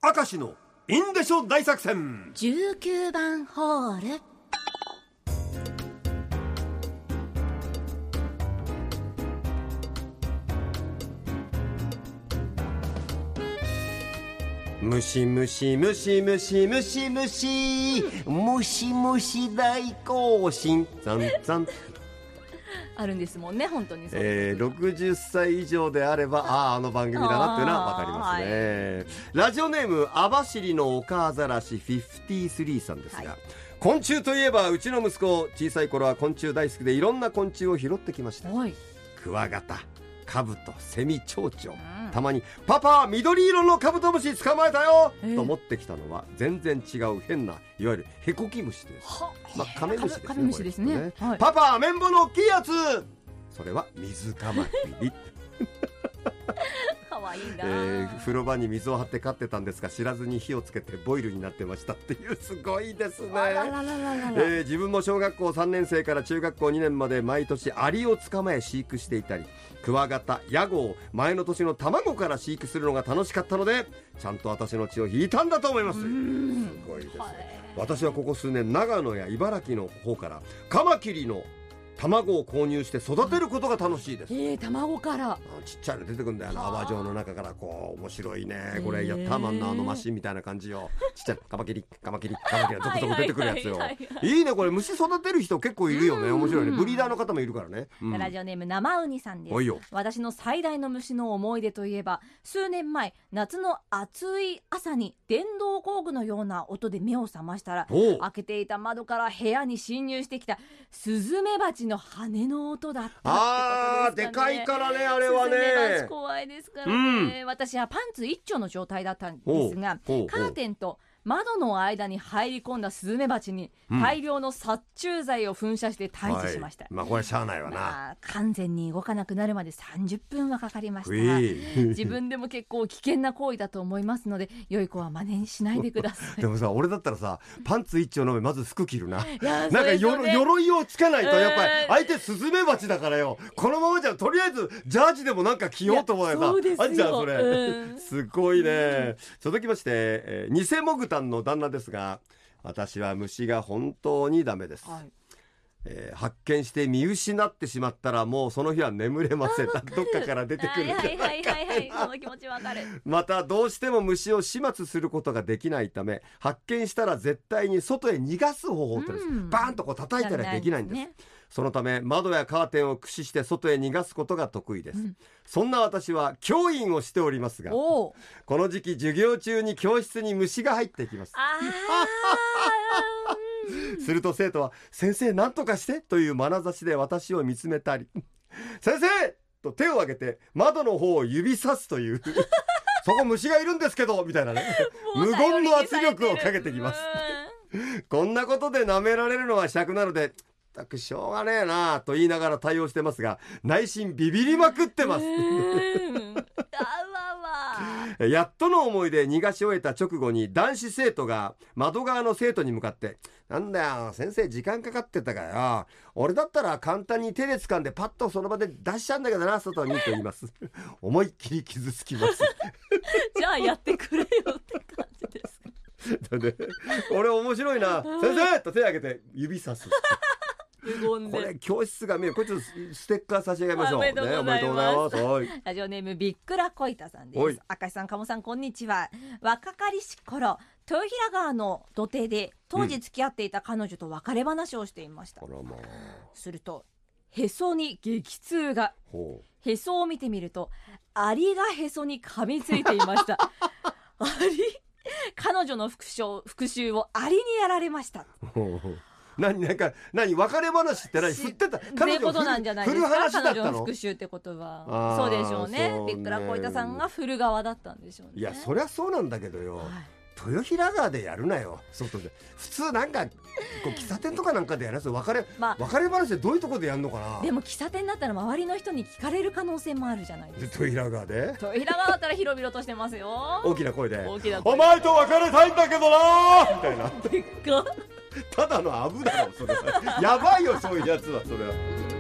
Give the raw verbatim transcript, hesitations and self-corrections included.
明石のインデショ大作戦じゅうきゅうばんホール。 ムシムシムシムシムシムシムシムシ大行進ザンザンあるんですもんね、本当にそう、 えー、ろくじゅっさい以上であればあああの番組だなっていうのは分かりますね、はい、ラジオネーム網走のおかあざらしごじゅうさんさんですが、はい、昆虫といえばうちの息子小さい頃は昆虫大好きでいろんな昆虫を拾ってきました。クワガタ、カブト、セミ、チョウチョウ、うん、たまにパパ緑色のカブトムシ捕まえたよ、えー、と持ってきたのは全然違う変ないわゆるヘコキムシです。まあ、カメムシですね。 カメムシですね、ね、はい、 パパアメンボの大きいやつ、それは水カマキリかわいいな、 えー、風呂場に水を張って飼ってたんですが知らずに火をつけてボイルになってましたっていう、すごいですね。自分も小学校さんねん生から中学校にねんまで毎年アリを捕まえ飼育していたり、クワガタ、ヤゴを前の年の卵から飼育するのが楽しかったのでちゃんと私の血を引いたんだと思います。すごいです、はい、私はここ数年長野や茨城の方からカマキリの卵を購入して育てることが楽しいです。 えー、卵からちっちゃいの出てくるんだよな、泡状の中からこう面白いねこれ、やったマンのあのマシンみたいな感じよ。ちっちゃいカマキリカマキリカマキリが続々出てくるやつよ。いいねこれ、虫育てる人結構いるよね。面白いね。ブリーダーの方もいるからね、 うん、ラジオネーム生ウニさんです。おいよ。私の最大の虫の思い出といえば、数年前夏の暑い朝に電動工具のような音で目を覚ましたら、開けていた窓から部屋に侵入してきたスズメバチの羽の音だったってことですかね。 あー、でかいからねあれはね。 スズメバチ怖いですからね、うん、私はパンツ一丁の状態だったんですが、カーテンと窓の間に入り込んだスズメバチに大量の殺虫剤を噴射して退治しました、 うん、はい、まあこれしゃあないわな、 まあ、完全に動かなくなるまでさんじゅっぷんはかかりましたが、自分でも結構危険な行為だと思いますので良い子は真似しないでください。 でもさ、俺だったらさパンツ一丁の上まず服着るな。なんかよ、ね、鎧をつけないとやっぱり相手スズメバチだからよ、このままじゃとりあえずジャージでもなんか着ようと思えばあんじゃんそれ、うん、すごいね。続きまして、えー、偽モグタンの旦那ですが、私は虫が本当にダメです、はい、えー、発見して見失ってしまったらもうその日は眠れません。どっかから出てくるんじゃないか。はいはいはいはい、その気持ちわかる。またどうしても虫を始末することができないため、発見したら絶対に外へ逃がす方法ってです、うん、バーンとこう叩いたらできないんです、ね、そのため窓やカーテンを駆使して外へ逃がすことが得意です、うん、そんな私は教員をしておりますが、この時期授業中に教室に虫が入ってきます。あすると生徒は先生何とかしてという眼差しで私を見つめたり先生と手を挙げて窓の方を指さすというそこ虫がいるんですけどみたいなね無言の圧力をかけてきますこんなことで舐められるのは尺なのでたくしょうがねえなと言いながら対応してますが、内心ビビりまくってますやっとの思いで逃がし終えた直後に男子生徒が窓側の生徒に向かって、なんだよ先生時間かかってたからよ、俺だったら簡単に手で掴んでパッとその場で出しちゃうんだけどな外にと言います思いっきり傷つきますじゃあやってくれよって感じです俺面白いな先生と手を挙げて指さすこれ教室が見える。これちょっとステッカー差し上げましょう。おめでとうございます、ね、はい、 ラジオネームびっくらこいたさんです。明石さん、鴨さん、こんにちは。若かりし頃豊平川の土手で当時付き合っていた彼女と別れ話をしていました、うん、まあ、するとへそに激痛が。へそを見てみるとアリがへそに噛みついていましたアリ彼女の復讐、復讐をアリにやられました何なんか何別れ話って何振ってた彼女を振る話だったの。彼女の復讐ってことはそうでしょうね。びっくらこいたさんが振る側だったんでしょうね。 いやそりゃそうなんだけどよ、はい、豊平川でやるなよ外で。普通なんかこう喫茶店とかなんかでやるやつ別れ、まあ、別れ話でどういうとこでやるのかな。 でも喫茶店だったら周りの人に聞かれる可能性もあるじゃないですか。 豊平川で豊平川だったら広々としてますよ大きな声で大きな声お前と別れたいんだけどなみたいなでっかただのアブだろそれやばいよそういうやつはそれは